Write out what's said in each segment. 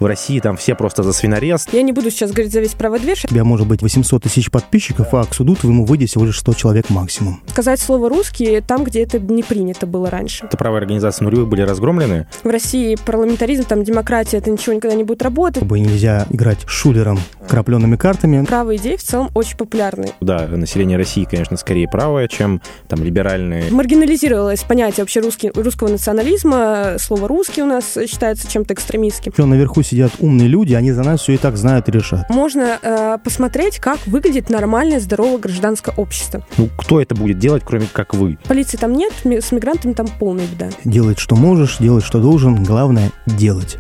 в России там все просто за свинорез. Я не буду сейчас говорить за весь правый движ. У тебя может быть 800 тысяч подписчиков, а к суду твоему выйдет всего лишь 100 человек максимум. Сказать слово «русский» там, где это не принято было раньше. Это правые организации нулевых были разгромлены. В России парламентаризм, там демократия, это ничего никогда не будет работать. Чтобы нельзя играть шулером крапленными картами. Правые идеи в целом очень популярны. Да, население России, конечно, скорее правое, чем там либеральные. Маргинализировалось понятие вообще русского национализма. Слово «русский» у нас считается чем-то экстремистским. Наверху сидят умные люди, они за нас все и так знают и решат. Можно посмотреть, как выглядит нормальное, здоровое гражданское общество. Ну, кто это будет делать, кроме как вы? Полиции там нет, с мигрантами там полная беда. Делать, что можешь, делать, что должен, главное – делать.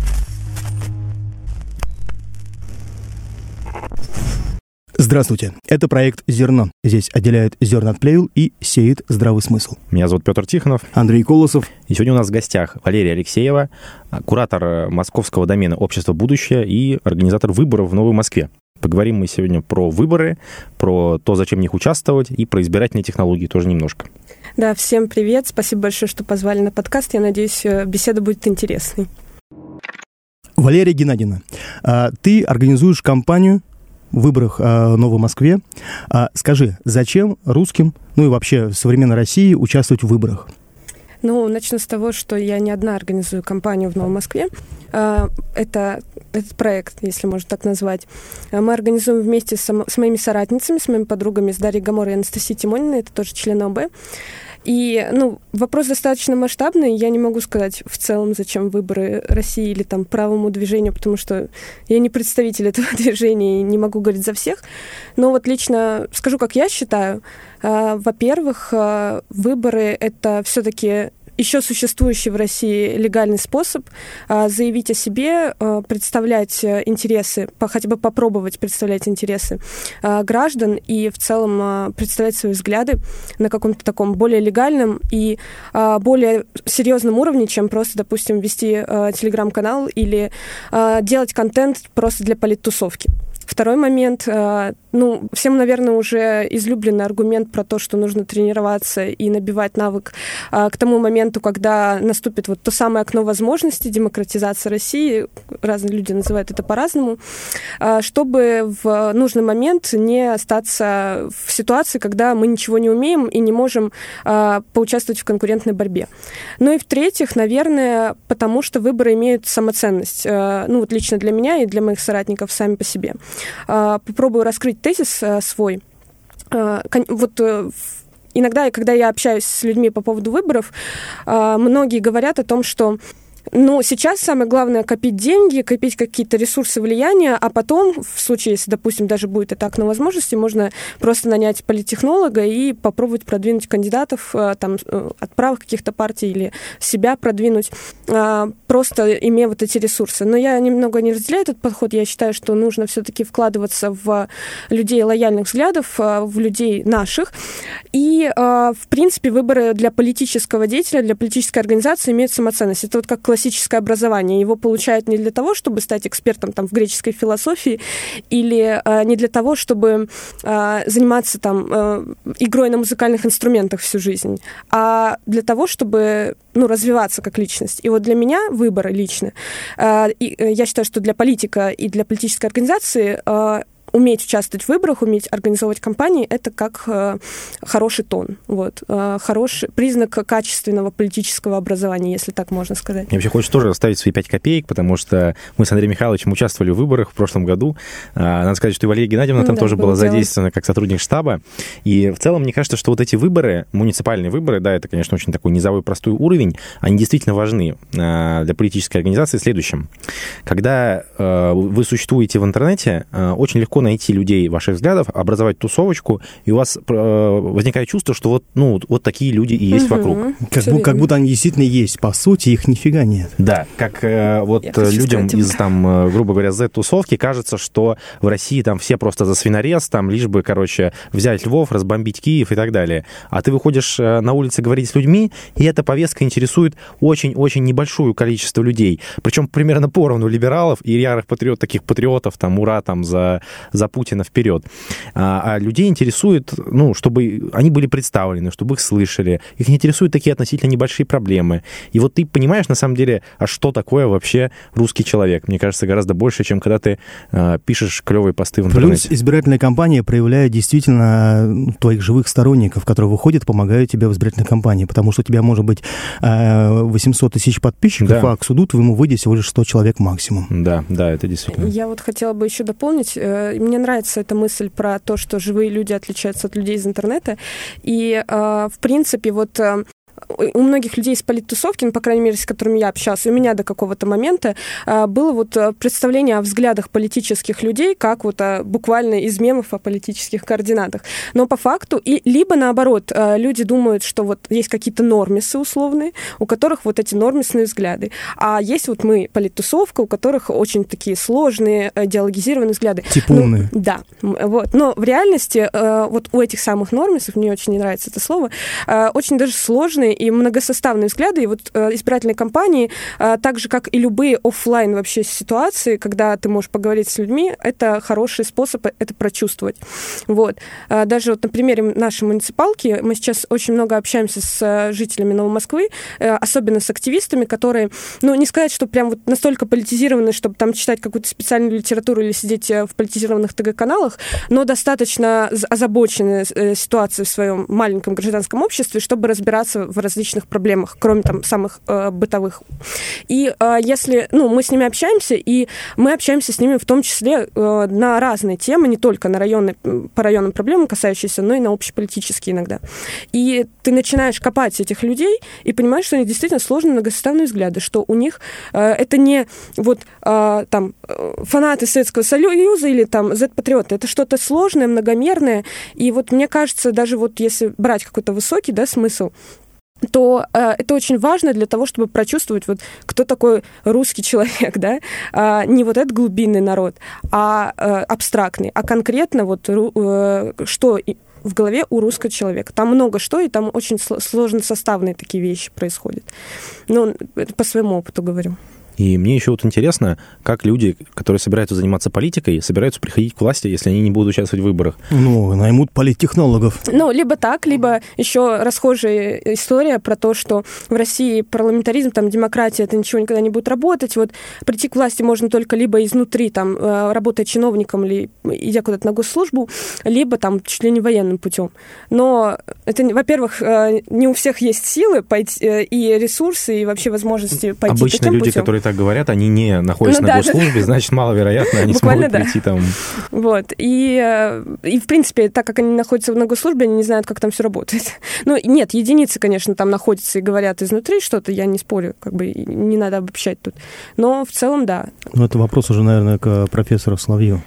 Здравствуйте, это проект «Зерно». Здесь отделяют зерна от плевел и сеет здравый смысл. Меня зовут Петр Тихонов. Андрей Колосов. И сегодня у нас в гостях Валерия Алексеева, куратор московского домена «Общество будущее» и организатор выборов в Новой Москве. Поговорим мы сегодня про выборы, про то, зачем в них участвовать, и про избирательные технологии тоже немножко. Да, всем привет, спасибо большое, что позвали на подкаст. Я надеюсь, беседа будет интересной. Валерия Геннадьевна, ты организуешь кампанию в выборах в Новой Москве. Скажи, зачем русским, ну и вообще в современной России участвовать в выборах? Ну, начну с того, что я не одна организую кампанию в Новой Москве. Этот проект, если можно так назвать, мы организуем вместе с моими соратницами, с моими подругами, с Дарьей Гаморой и Анастасией Тимониной, это тоже члены ОБ. И, вопрос достаточно масштабный. Я не могу сказать в целом, зачем выборы России или там правому движению, потому что я не представитель этого движения и не могу говорить за всех. Но вот лично скажу, как я считаю. Во-первых, выборы — это все-таки еще существующий в России легальный способ заявить о себе, представлять интересы, хотя бы попробовать представлять интересы граждан и в целом представлять свои взгляды на каком-то таком более легальном и более серьезном уровне, чем просто, допустим, вести телеграм-канал или делать контент просто для политтусовки. Второй момент. Всем, наверное, уже излюбленный аргумент про то, что нужно тренироваться и набивать навык к тому моменту, когда наступит вот то самое окно возможностей, демократизация России, разные люди называют это по-разному, чтобы в нужный момент не остаться в ситуации, когда мы ничего не умеем и не можем поучаствовать в конкурентной борьбе. Ну и в-третьих, наверное, потому что выборы имеют самоценность. Лично для меня и для моих соратников сами по себе. Попробую раскрыть тезис свой. Иногда, когда я общаюсь с людьми по поводу выборов, многие говорят о том, что сейчас самое главное — копить деньги, копить какие-то ресурсы влияния, а потом, в случае, если, допустим, даже будет это окно возможностей, можно просто нанять политтехнолога и попробовать продвинуть кандидатов от правых каких-то партий или себя продвинуть, просто имея вот эти ресурсы. Но я немного не разделяю этот подход. Я считаю, что нужно все-таки вкладываться в людей лояльных взглядов, в людей наших. И, в принципе, выборы для политического деятеля, для политической организации имеют самоценность. Это вот как классическое образование. Его получают не для того, чтобы стать экспертом в греческой философии, или не для того, чтобы заниматься игрой на музыкальных инструментах всю жизнь, а для того, чтобы развиваться как личность. И вот для меня выборы лично, я считаю, что для политика и для политической организации уметь участвовать в выборах, уметь организовывать кампании — это как хороший тон. Хороший признак качественного политического образования, если так можно сказать. Мне вообще хочется тоже оставить свои 5 копеек, потому что мы с Андреем Михайловичем участвовали в выборах в прошлом году. Надо сказать, что и Валерия Геннадьевна там тоже была задействована как сотрудник штаба. И в целом, мне кажется, что вот эти выборы, муниципальные выборы, да, это, конечно, очень такой низовой, простой уровень, они действительно важны для политической организации в следующем. Когда вы существуете в интернете, очень легко найти людей ваших взглядов, образовать тусовочку, и у вас возникает чувство, что вот такие люди и есть вокруг. Как будто они действительно есть. По сути, их нифига нет. Да, как людям из, грубо говоря, Z-тусовки кажется, что в России там все просто за свинорез, лишь бы, взять Львов, разбомбить Киев и так далее. А ты выходишь на улицы говорить с людьми, и эта повестка интересует очень-очень небольшое количество людей. Причем примерно поровну либералов и ярых таких патриотов, ура, за за Путина вперед. А людей интересует, чтобы они были представлены, чтобы их слышали. Их не интересуют такие относительно небольшие проблемы. И вот ты понимаешь, на самом деле, а что такое вообще русский человек? Мне кажется, гораздо больше, чем когда ты пишешь клевые посты в интернете. Плюс избирательная кампания проявляет действительно твоих живых сторонников, которые выходят, помогают тебе в избирательной кампании, потому что у тебя может быть 800 тысяч подписчиков, а к суду твоему выйдет всего лишь 100 человек максимум. Да, это действительно. Я вот хотела бы еще дополнить. Мне нравится эта мысль про то, что живые люди отличаются от людей из интернета. И, в принципе, вот у многих людей из политтусовки, по крайней мере, с которыми я общалась, у меня до какого-то момента было вот представление о взглядах политических людей, как вот буквально из мемов о политических координатах. Но по факту, и либо наоборот, люди думают, что вот есть какие-то нормисы условные, у которых вот эти нормисные взгляды. А есть вот мы, политтусовка, у которых очень такие сложные, идеологизированные взгляды. Типа умные. Да. Вот. Но в реальности вот у этих самых нормисов, мне очень не нравится это слово, очень даже сложные и многосоставные взгляды, и вот избирательные кампании, так же, как и любые офлайн вообще ситуации, когда ты можешь поговорить с людьми, это хороший способ это прочувствовать. Вот. Даже вот на примере нашей муниципалки мы сейчас очень много общаемся с жителями Новой Москвы, особенно с активистами, которые, не сказать, что прям вот настолько политизированы, чтобы там читать какую-то специальную литературу или сидеть в политизированных ТГ-каналах, но достаточно озабочены ситуацией в своем маленьком гражданском обществе, чтобы разбираться в различных проблемах, кроме там самых бытовых. И если, мы с ними общаемся, и мы общаемся с ними в том числе на разные темы, не только по районным проблемам касающиеся, но и на общеполитические иногда. И ты начинаешь копать этих людей и понимаешь, что у них действительно сложные многосоставные взгляды, что у них это не вот там фанаты Советского Союза или там Z-патриоты, это что-то сложное, многомерное. И вот мне кажется, даже вот если брать какой-то высокий, смысл, то это очень важно для того, чтобы прочувствовать, вот, кто такой русский человек, да? Не вот этот глубинный народ, а абстрактный, а конкретно вот что в голове у русского человека. Там много что, и там очень сложносоставные такие вещи происходят. Это по своему опыту говорю. И мне еще вот интересно, как люди, которые собираются заниматься политикой, собираются приходить к власти, если они не будут участвовать в выборах. Наймут политтехнологов. Либо так, либо еще расхожая история про то, что в России парламентаризм, там, демократия, это ничего никогда не будет работать. Вот прийти к власти можно только либо изнутри, там, работая чиновником или идя куда-то на госслужбу, либо там чуть ли не военным путем. Но это, во-первых, не у всех есть силы пойти, и ресурсы, и вообще возможности пойти обычно таким люди, путем. Которые так говорят, они не находятся на госслужбе, значит, маловероятно, они смогут прийти там. Вот. И, в принципе, так как они находятся на госслужбе, они не знают, как там все работает. Нет, единицы, конечно, там находятся и говорят изнутри что-то, я не спорю, не надо обобщать тут. Но в целом, да. Это вопрос уже, наверное, к профессору Соловью.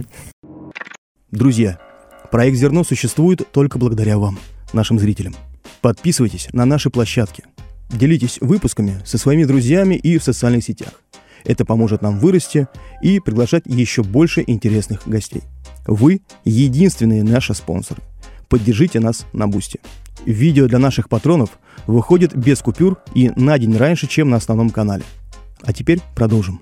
Друзья, проект «Зерно» существует только благодаря вам, нашим зрителям. Подписывайтесь на наши площадки. Делитесь выпусками со своими друзьями и в социальных сетях. Это поможет нам вырасти и приглашать еще больше интересных гостей. Вы – единственные наши спонсоры. Поддержите нас на Бусти. Видео для наших патронов выходит без купюр и на день раньше, чем на основном канале. А теперь продолжим.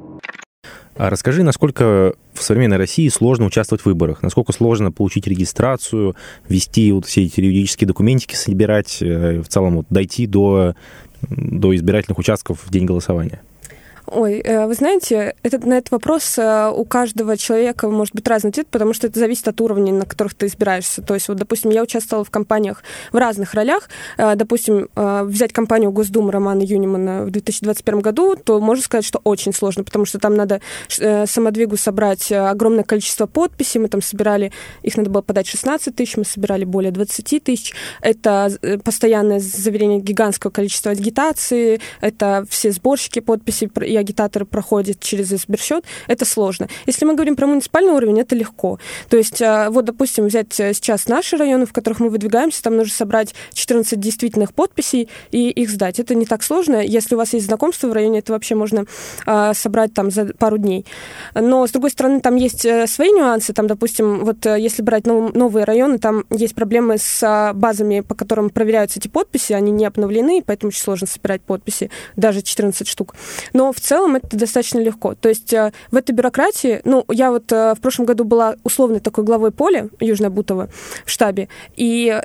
А расскажи, насколько в современной России сложно участвовать в выборах? Насколько сложно получить регистрацию, вести вот все эти юридические документики, собирать, в целом вот дойти до избирательных участков в день голосования? Ой, вы знаете, на этот вопрос у каждого человека может быть разный ответ, потому что это зависит от уровня, на которых ты избираешься. То есть, вот, допустим, я участвовала в кампаниях в разных ролях. Допустим, взять кампанию Госдумы Романа Юнимана в 2021 году, то можно сказать, что очень сложно, потому что там надо самодвигу собрать огромное количество подписей. Мы там собирали, их надо было подать 16 тысяч, мы собирали более 20 тысяч. Это постоянное заверение гигантского количества агитации, это все сборщики подписей и агитаторы проходят через избирсчет, это сложно. Если мы говорим про муниципальный уровень, это легко. То есть, вот, допустим, взять сейчас наши районы, в которых мы выдвигаемся, там нужно собрать 14 действительных подписей и их сдать. Это не так сложно. Если у вас есть знакомство в районе, это вообще можно собрать там за пару дней. Но, с другой стороны, там есть свои нюансы. Там, допустим, вот если брать новые районы, там есть проблемы с базами, по которым проверяются эти подписи, они не обновлены, поэтому очень сложно собирать подписи, даже 14 штук. Но в целом это достаточно легко. То есть в этой бюрократии, я вот в прошлом году была условно такой главой поля Южное Бутово в штабе, и,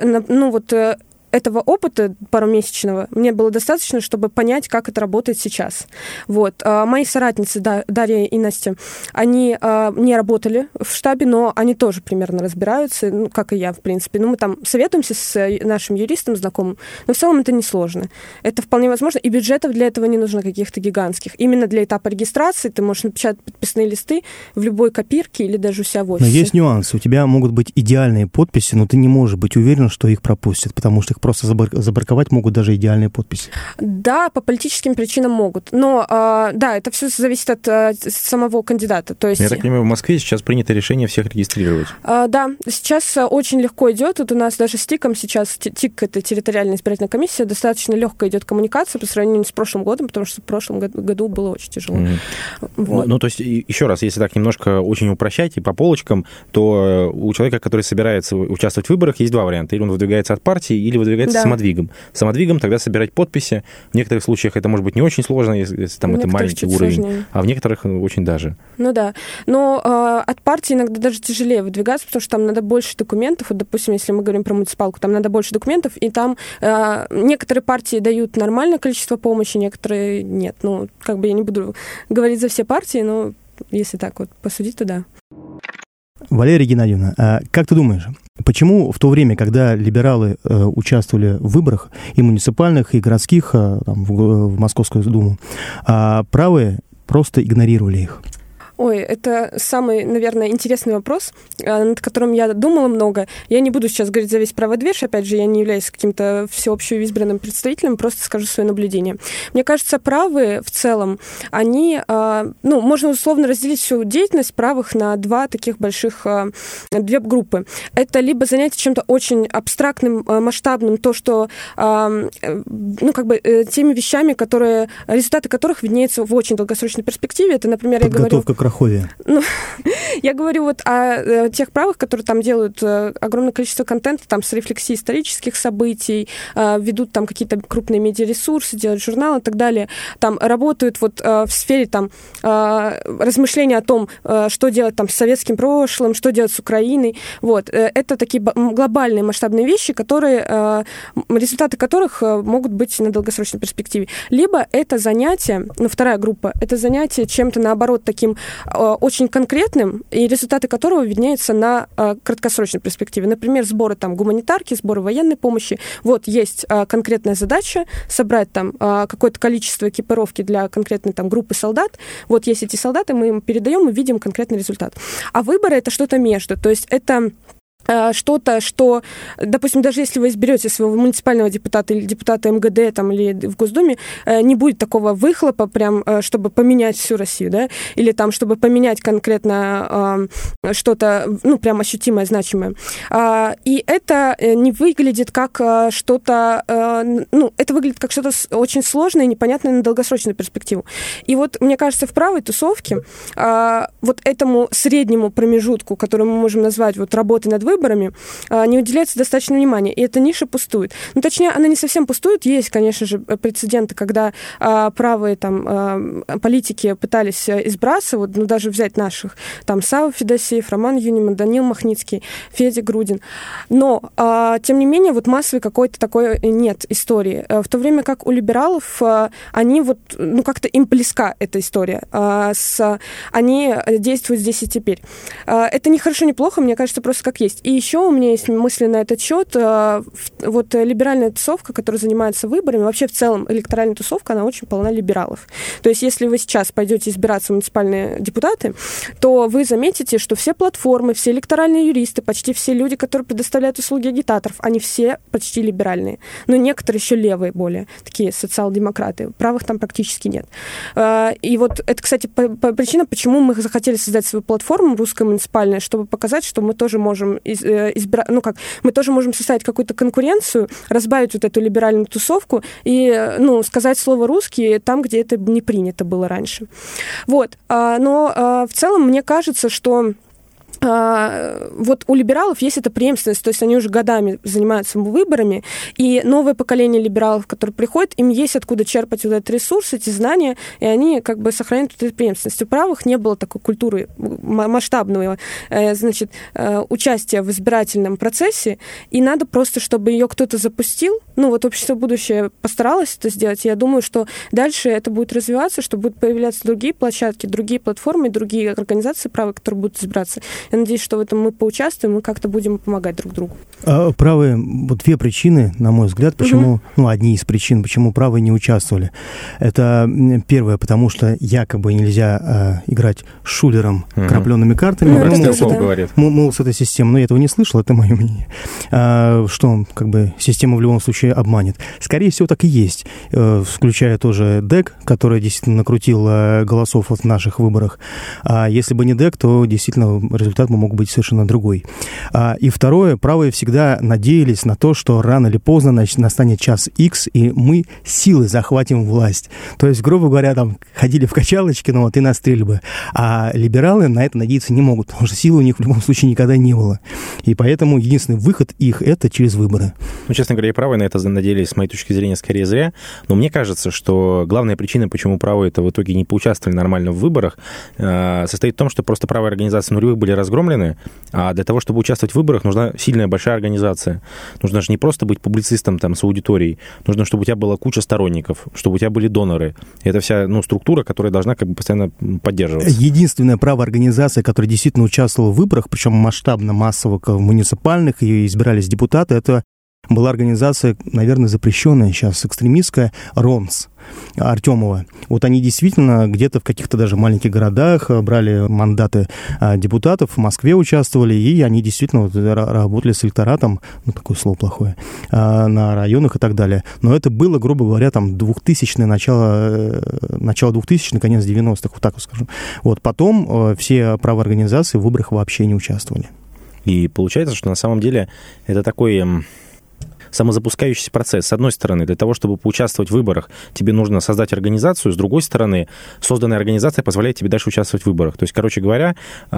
этого опыта парумесячного мне было достаточно, чтобы понять, как это работает сейчас. Вот. Мои соратницы, Дарья и Настя, они не работали в штабе, но они тоже примерно разбираются, как и я, в принципе. Мы там советуемся с нашим юристом знакомым, но в целом это несложно. Это вполне возможно, и бюджетов для этого не нужно каких-то гигантских. Именно для этапа регистрации ты можешь напечатать подписные листы в любой копирке или даже у себя в офисе. Но есть нюансы. У тебя могут быть идеальные подписи, но ты не можешь быть уверен, что их пропустят, потому что их просто забраковать могут даже идеальные подписи. Да, по политическим причинам могут. Но, это все зависит от самого кандидата. То есть... Я так понимаю, в Москве сейчас принято решение всех регистрировать. Да, сейчас очень легко идет. Вот у нас даже с ТИКом сейчас, ТИК — это территориальная избирательная комиссия, достаточно легко идет коммуникация по сравнению с прошлым годом, потому что в прошлом году было очень тяжело. Вот. То есть, еще раз, если так немножко очень упрощать и по полочкам, то у человека, который собирается участвовать в выборах, есть два варианта. Или он выдвигается от партии, или выдвигается самодвигом. Самодвигом тогда собирать подписи. В некоторых случаях это может быть не очень сложно, если там это маленький уровень, сложнее. А в некоторых очень даже. Да. Но от партии иногда даже тяжелее выдвигаться, потому что там надо больше документов. Вот, допустим, если мы говорим про муниципалку, там надо больше документов, и там некоторые партии дают нормальное количество помощи, некоторые нет. Я не буду говорить за все партии, но если так вот посудить, то да. Валерия Геннадьевна, как ты думаешь, почему в то время, когда либералы участвовали в выборах и муниципальных, и городских, в Московскую Думу, правые просто игнорировали их? Ой, это самый, наверное, интересный вопрос, над которым я думала много. Я не буду сейчас говорить за весь правый движ, опять же, я не являюсь каким-то всеобщим избранным представителем, просто скажу свое наблюдение. Мне кажется, правые в целом, они, можно условно разделить всю деятельность правых на две группы. Это либо занятие чем-то очень абстрактным, масштабным, то, что, теми вещами, результаты которых виднеются в очень долгосрочной перспективе. Это, например, подготовка к Рахове. Я говорю вот о тех правых, которые там делают огромное количество контента там с рефлексией исторических событий, ведут там какие-то крупные медиаресурсы, делают журналы и так далее. Там работают вот в сфере там размышления о том, что делать там с советским прошлым, что делать с Украиной. Вот. Это такие глобальные масштабные вещи, результаты которых могут быть на долгосрочной перспективе. Либо это занятие, вторая группа, это занятие чем-то, наоборот, таким очень конкретным, и результаты которого виднеются на краткосрочной перспективе. Например, сборы там гуманитарки, сборы военной помощи. Вот есть конкретная задача собрать там какое-то количество экипировки для конкретной там группы солдат. Вот есть эти солдаты, мы им передаем и видим конкретный результат. А выборы — это что-то между. То есть это что-то, что, допустим, даже если вы изберете своего муниципального депутата или депутата МГД там, или в Госдуме, не будет такого выхлопа, прям, чтобы поменять всю Россию, да, или там, чтобы поменять конкретно что-то, прям ощутимое, значимое. И это не выглядит как что-то, это выглядит как что-то очень сложное и непонятное на долгосрочную перспективу. И вот, мне кажется, в правой тусовке вот этому среднему промежутку, который мы можем назвать вот работой над выборами, не уделяется достаточно внимания, и эта ниша пустует. Точнее, она не совсем пустует. Есть, конечно же, прецеденты, когда правые там политики пытались избраться, даже взять наших, там, Сава Федосеев, Роман Юниман, Данил Махницкий, Федя Грудин. Но, тем не менее, вот массовой какой-то такой нет истории. В то время как у либералов они вот, как-то им близка эта история. Они действуют здесь и теперь. Это не хорошо, не плохо, мне кажется, просто как есть. И еще у меня есть мысли на этот счет. Вот либеральная тусовка, которая занимается выборами, вообще в целом электоральная тусовка, она очень полна либералов. То есть если вы сейчас пойдете избираться в муниципальные депутаты, то вы заметите, что все платформы, все электоральные юристы, почти все люди, которые предоставляют услуги агитаторов, они все почти либеральные. Но некоторые еще левые более, такие социал-демократы. Правых там практически нет. И вот это, кстати, причина, почему мы захотели создать свою платформу «Русская муниципальная», чтобы показать, что мы тоже можем мы тоже можем составить какую-то конкуренцию, разбавить вот эту либеральную тусовку и, сказать слово «русский» там, где это не принято было раньше. Вот. Но в целом мне кажется, что вот у либералов есть эта преемственность, то есть они уже годами занимаются выборами, и новое поколение либералов, которые приходят, им есть откуда черпать вот этот ресурс, эти знания, и они как бы сохраняют эту преемственность. У правых не было такой культуры масштабного, значит, участия в избирательном процессе, и надо просто, чтобы ее кто-то запустил. Ну, вот «Общество будущее» постаралось это сделать, и я думаю, что дальше это будет развиваться, что будут появляться другие площадки, другие платформы, другие организации правые, которые будут избираться. Я надеюсь, что в этом мы поучаствуем и как-то будем помогать друг другу. Правые, вот две причины, на мой взгляд, почему, одни из причин, почему правые не участвовали. Это первое, потому что якобы нельзя играть шулером крапленными картами. Мол, с этой системой, но я этого не слышал, это мое мнение. Что, как бы, система в любом случае обманет. Скорее всего, так и есть, включая тоже ДЭК, который действительно накрутил голосов в наших выборах. А если бы не ДЭК, то действительно результат мог быть совершенно другой. И второе, правые всегда надеялись на то, что рано или поздно настанет час X, и мы силой захватим власть. То есть, грубо говоря, там ходили в качалочки, ну вот и на стрельбы. А либералы на это надеяться не могут, потому что силы у них в любом случае никогда не было. И поэтому единственный выход их — это через выборы. Ну, честно говоря, и правые на это надеялись, с моей точки зрения, скорее зря. Но мне кажется, что главная причина, почему правые-то в итоге не поучаствовали нормально в выборах, состоит в том, что просто правые организации нулевых были разгромлены, а для того, чтобы участвовать в выборах, нужна сильная большая организация. Нужно же не просто быть публицистом там с аудиторией, нужно, чтобы у тебя была куча сторонников, чтобы у тебя были доноры. И это вся структура, которая должна как бы постоянно поддерживаться. Единственная правая организация, которая действительно участвовала в выборах, причем масштабно, массово, муниципальных, и избирались депутаты, это была организация, наверное, запрещенная сейчас, экстремистская, РОНС Артемова. Вот они действительно где-то в каких-то даже маленьких городах брали мандаты депутатов, в Москве участвовали, и они действительно вот работали с электоратом, ну, такое слово плохое, на районах и так далее. Но это было, грубо говоря, там 2000-е, начало 2000-х, конец 90-х, вот так вот скажу. Вот потом все правые организации в выборах вообще не участвовали. И получается, что на самом деле это такой самозапускающийся процесс. С одной стороны, для того, чтобы поучаствовать в выборах, тебе нужно создать организацию, с другой стороны, созданная организация позволяет тебе дальше участвовать в выборах. То есть, короче говоря,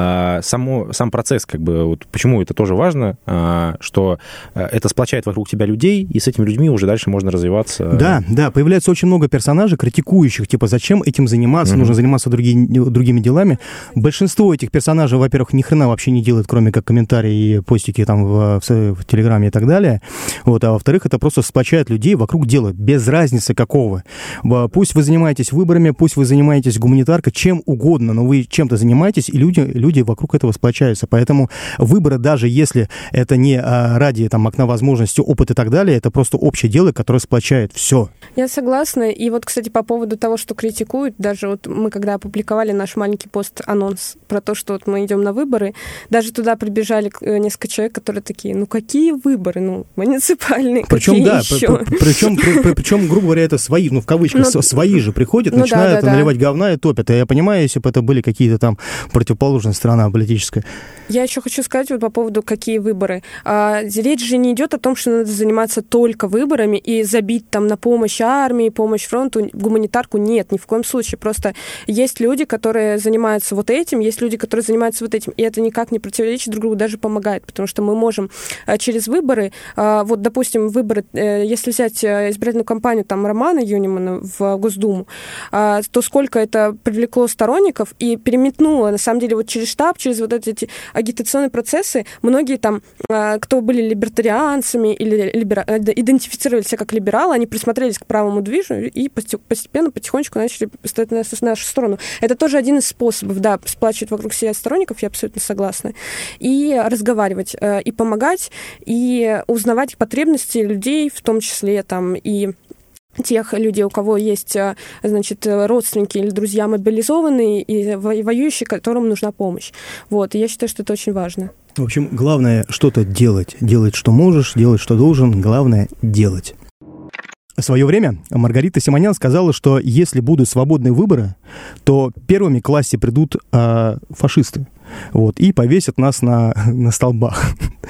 сам процесс, как бы, вот почему это тоже важно, что это сплочает вокруг тебя людей, и с этими людьми уже дальше можно развиваться. Да, появляется очень много персонажей, критикующих, типа, зачем этим заниматься, нужно заниматься другими делами. Большинство этих персонажей, во-первых, ни хрена вообще не делает, кроме как комментарии и постики там в Телеграме и так далее. Вот. А во-вторых, это просто сплочает людей вокруг дела, без разницы какого. Пусть вы занимаетесь выборами, пусть вы занимаетесь гуманитаркой, чем угодно, но вы чем-то занимаетесь, и люди вокруг этого сплочаются. Поэтому выборы, даже если это не ради там, окна возможностей, опыт и так далее, это просто общее дело, которое сплочает все. Я согласна. И вот, кстати, по поводу того, что критикуют, даже вот мы, когда опубликовали наш маленький пост-анонс про то, что вот мы идем на выборы, даже туда прибежали несколько человек, которые такие, ну какие выборы? Муниципальные. Причем, да, причем, грубо говоря, это свои, в кавычках, свои же приходят, начинают наливать говна и топят. Я понимаю, если бы это были какие-то там противоположная сторона политическая. Я еще хочу сказать вот по поводу, какие выборы. Речь же не идет о том, что надо заниматься только выборами и забить там на помощь армии, помощь фронту, гуманитарку. Нет, ни в коем случае. Просто есть люди, которые занимаются вот этим, есть люди, которые занимаются вот этим. И это никак не противоречит друг другу, даже помогает. Потому что мы можем через выборы, вот, допустим, выборы, если взять избирательную кампанию там Романа Юнимана в Госдуму, то сколько это привлекло сторонников и переметнуло, на самом деле, вот через штаб, через вот эти агитационные процессы, многие там, кто были либертарианцами или идентифицировали себя как либералы, они присмотрелись к правому движу и постепенно, потихонечку начали стать на нашу сторону. Это тоже один из способов, да, сплачивать вокруг себя сторонников, я абсолютно согласна, и разговаривать, и помогать, и узнавать потребности людей, в том числе там и тех людей, у кого есть, значит, родственники или друзья мобилизованные и воюющие, которым нужна помощь. Вот, и я считаю, что это очень важно. В общем, главное что-то делать. Делать, что можешь, делать, что должен. Главное — делать. В свое время Маргарита Симонян сказала, что если будут свободные выборы, то первыми к власти придут фашисты. Вот, и повесят нас на столбах.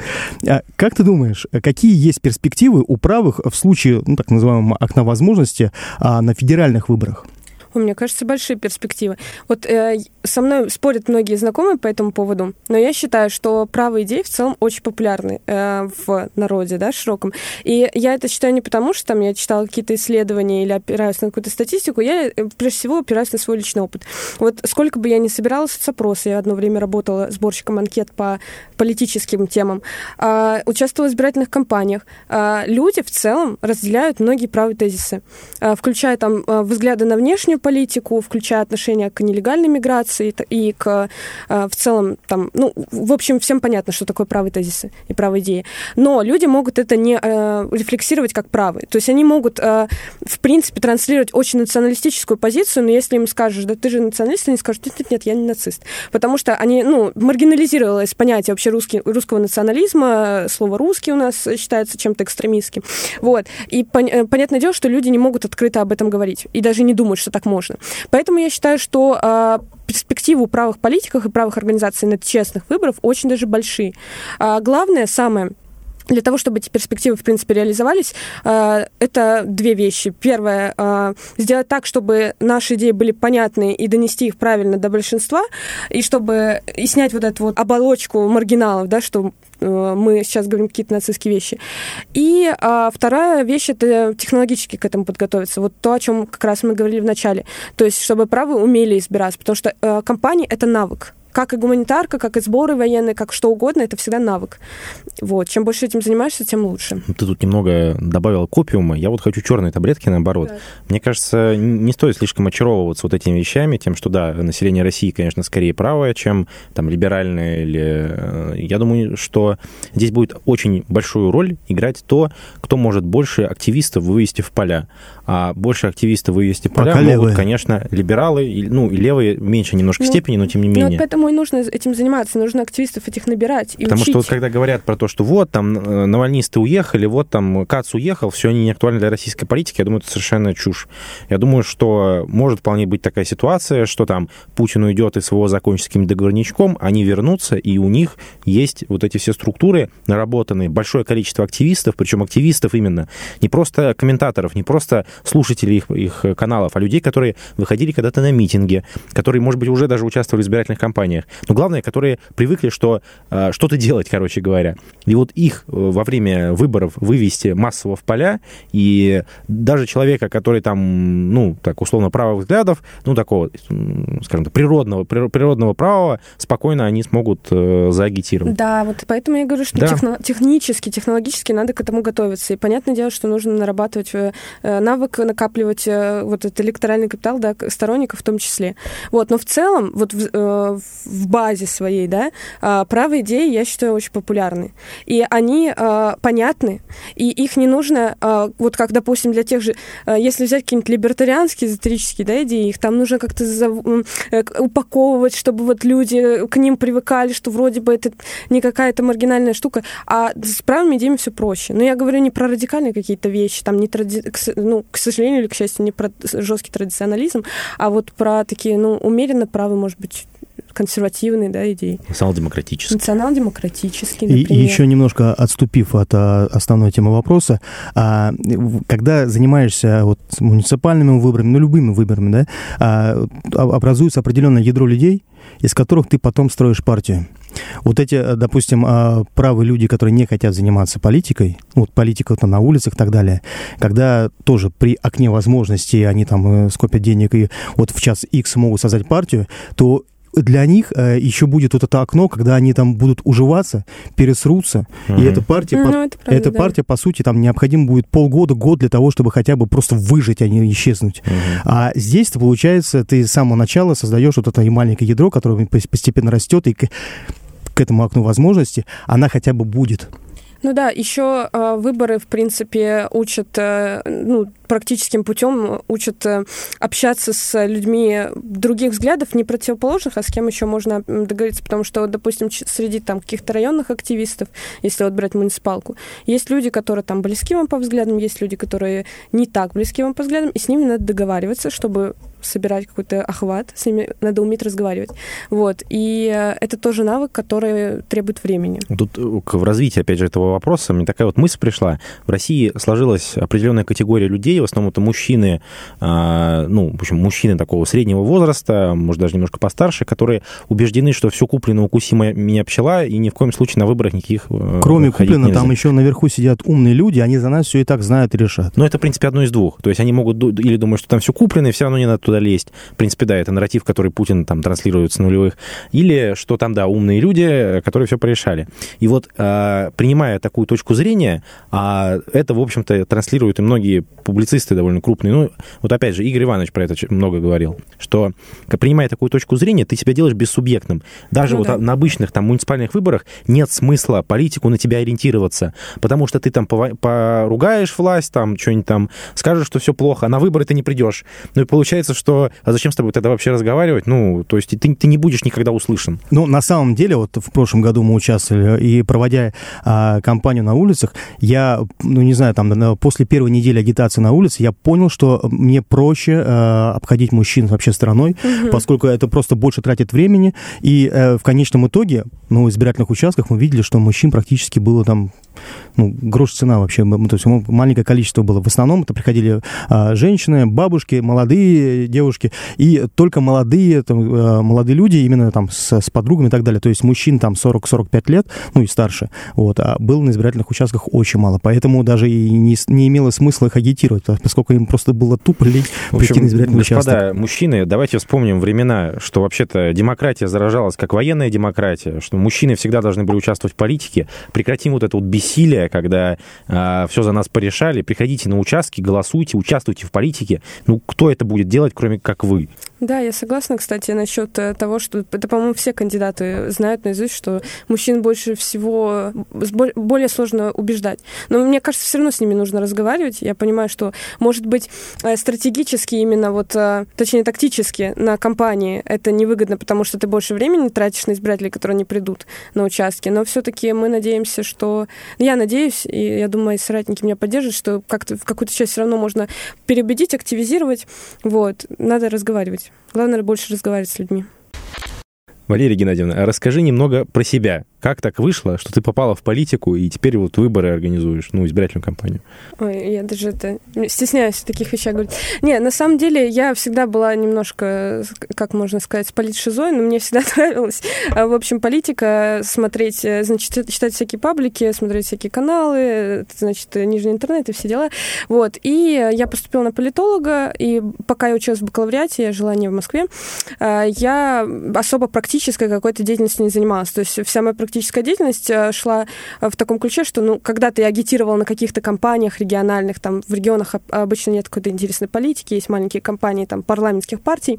Как ты думаешь, какие есть перспективы у правых в случае, так называемого окна возможности на федеральных выборах? Мне кажется, большие перспективы. Вот со мной спорят многие знакомые по этому поводу, но я считаю, что правые идеи в целом очень популярны в народе, да, широком. И я это считаю не потому, что там я читала какие-то исследования или опираюсь на какую-то статистику, я прежде всего опираюсь на свой личный опыт. Вот сколько бы я ни собирала соцопросы, я одно время работала сборщиком анкет по политическим темам, участвовала в избирательных кампаниях, люди в целом разделяют многие правые тезисы, включая там взгляды на внешнюю политику, включая отношение к нелегальной миграции и к в целом там, ну, в общем, всем понятно, что такое правые тезисы и правые идеи. Но люди могут это не рефлексировать как правые. То есть они могут, в принципе, транслировать очень националистическую позицию, но если им скажешь, да ты же националист, они скажут, нет, я не нацист. Потому что они, маргинализировалось понятие вообще русского национализма, слово «русский» у нас считается чем-то экстремистским. Вот. И понятное дело, что люди не могут открыто об этом говорить и даже не думают, что так можно. Поэтому я считаю, что перспективы у правых политиков и правых организаций на честных выборах очень даже большие. Главное, самое, для того, чтобы эти перспективы, в принципе, реализовались, это две вещи. Первое, сделать так, чтобы наши идеи были понятны и донести их правильно до большинства, и снять вот эту вот оболочку маргиналов, да, что мы сейчас говорим какие-то нацистские вещи. И вторая вещь — это технологически к этому подготовиться. Вот то, о чем как раз мы говорили в начале. То есть, чтобы правые умели избираться, потому что кампания — это навык. Как и гуманитарка, как и сборы военные, как что угодно, это всегда навык. Вот. Чем больше этим занимаешься, тем лучше. Ты тут немного добавила копиума. Я вот хочу черные таблетки, наоборот. Да. Мне кажется, не стоит слишком очаровываться вот этими вещами, тем, что, да, население России, конечно, скорее правое, чем там либеральное. Я думаю, что здесь будет очень большую роль играть то, кто может больше активистов вывести в поля. А больше активистов вывести в поля могут, конечно, либералы, и левые в меньшей немножко степени, но тем не менее. Поэтому и нужно этим заниматься, нужно активистов этих набирать и Потому учить. что вот когда говорят про то, что вот там навальнисты уехали, вот там Кац уехал, все они не актуальны для российской политики, я думаю, это совершенно чушь. Я думаю, что может вполне быть такая ситуация, что там Путин уйдет из СВО, закончит с каким-то договорничком, они вернутся, и у них есть вот эти все структуры наработанные, большое количество активистов, причем активистов именно, не просто комментаторов, не просто слушателей их каналов, а людей, которые выходили когда-то на митинги, которые, может быть, уже даже участвовали в избирательных кампаниях. Но главное, которые привыкли, что что-то делать, короче говоря. И вот их во время выборов вывести массово в поля, и даже человека, который там, так условно, правых взглядов, такого, скажем так, природного правого, спокойно они смогут заагитировать. Да, вот поэтому я говорю, что технологически надо к этому готовиться. И понятное дело, что нужно нарабатывать навык, накапливать вот этот электоральный капитал, да, сторонников в том числе. Вот, но в целом, вот в базе своей, да, правые идеи, я считаю, очень популярны. И они понятны, и их не нужно, вот как, допустим, для тех же, если взять какие-нибудь либертарианские, эзотерические, да, идеи, их там нужно как-то упаковывать, чтобы вот люди к ним привыкали, что вроде бы это не какая-то маргинальная штука, а с правыми идеями все проще. Но я говорю не про радикальные какие-то вещи, там, к сожалению или к счастью, не про жесткий традиционализм, а вот про такие, умеренно правые, может быть, консервативные, да, идеи. Национал-демократические. Национал-демократические, например. И еще немножко отступив от основной темы вопроса, когда занимаешься вот муниципальными выборами, любыми выборами, да, образуется определенное ядро людей, из которых ты потом строишь партию. Вот эти, допустим, правые люди, которые не хотят заниматься политикой, политика на улицах и так далее, когда тоже при окне возможностей они там скопят денег и вот в час X могут создать партию, то для них еще будет вот это окно, когда они там будут уживаться, пересрутся, и эта партия, по сути, там необходимо будет полгода, год для того, чтобы хотя бы просто выжить, а не исчезнуть. А здесь, получается, ты с самого начала создаешь вот это маленькое ядро, которое постепенно растет, и к этому окну возможностей она хотя бы будет. Да, еще выборы, в принципе, учат, практическим путем учат общаться с людьми других взглядов, не противоположных, а с кем еще можно договориться, потому что, допустим, среди там каких-то районных активистов, если вот брать муниципалку, есть люди, которые там близки вам по взглядам, есть люди, которые не так близки вам по взглядам, и с ними надо договариваться, чтобы собирать какой-то охват, с ними надо уметь разговаривать. Вот. И это тоже навык, который требует времени. Тут в развитии, опять же, этого вопроса мне такая вот мысль пришла. В России сложилась определенная категория людей, в основном это мужчины, в общем, мужчины такого среднего возраста, может, даже немножко постарше, которые убеждены, что все куплено, укуси меня пчела, и ни в коем случае на выборах никаких Кроме куплено, нельзя. Там еще наверху сидят умные люди, они за нас все и так знают и решат. Но это, в принципе, одно из двух. То есть они могут или думать, что там все куплено, и все равно не надо туда лезть. В принципе, да, это нарратив, который Путин там транслирует с нулевых. Или что там, да, умные люди, которые все порешали. И вот, принимая такую точку зрения, это, в общем-то, транслируют и многие публицисты довольно крупные. Ну, вот опять же, Игорь Иванович про это много говорил, что, принимая такую точку зрения, ты себя делаешь бессубъектным. Даже на обычных там муниципальных выборах нет смысла политику на тебя ориентироваться, потому что ты там поругаешь власть, там что-нибудь там скажешь, что все плохо, а на выборы ты не придешь. Ну и получается, что зачем с тобой тогда вообще разговаривать? Ну, то есть ты не будешь никогда услышан. Ну, на самом деле, вот в прошлом году мы участвовали, и проводя кампанию на улицах, я, не знаю, там, после первой недели агитации на улице, я понял, что мне проще обходить мужчин вообще стороной, поскольку это просто больше тратит времени, и в конечном итоге, в избирательных участках мы видели, что мужчин практически было там грош цена вообще, то есть маленькое количество было. В основном это приходили женщины, бабушки, молодые девушки, и только молодые люди именно там с подругами и так далее. То есть мужчин там 40-45 лет, и старше, а было на избирательных участках очень мало. Поэтому даже и не имело смысла их агитировать, поскольку им просто было тупо лень прийти на избирательный участок. Господа, мужчины, давайте вспомним времена, что вообще-то демократия заражалась как военная демократия, что мужчины всегда должны были участвовать в политике. Прекратим вот это вот бессилие, когда все за нас порешали. Приходите на участки, голосуйте, участвуйте в политике. Кто это будет делать, кроме как вы? Да, я согласна, кстати, насчет того, что это, по-моему, все кандидаты знают наизусть, что мужчин больше всего, более сложно убеждать. Но мне кажется, все равно с ними нужно разговаривать. Я понимаю, что, может быть, стратегически именно точнее, тактически на кампании это невыгодно, потому что ты больше времени тратишь на избирателей, которые не придут на участки. Но все-таки мы надеемся, что... Я надеюсь, и я думаю, мои соратники меня поддержат, что как-то в какую-то часть все равно можно переубедить, активизировать. Надо разговаривать. Главное, больше разговаривать с людьми. Валерия Геннадьевна, расскажи немного про себя. Как так вышло, что ты попала в политику и теперь выборы организуешь, избирательную кампанию? Ой, я даже стесняюсь в таких вещах говорить. Не, на самом деле я всегда была немножко, как можно сказать, с политшизой, но мне всегда нравилась, в общем, политика, смотреть, значит, читать всякие паблики, смотреть всякие каналы, значит, нижний интернет и все дела. И я поступила на политолога, и пока я училась в бакалавриате, я жила не в Москве, я особо практической какой-то деятельностью не занималась. То есть вся моя практическая деятельность шла в таком ключе, что, когда-то я агитировала на каких-то кампаниях региональных, там в регионах обычно нет какой-то интересной политики, есть маленькие кампании там парламентских партий,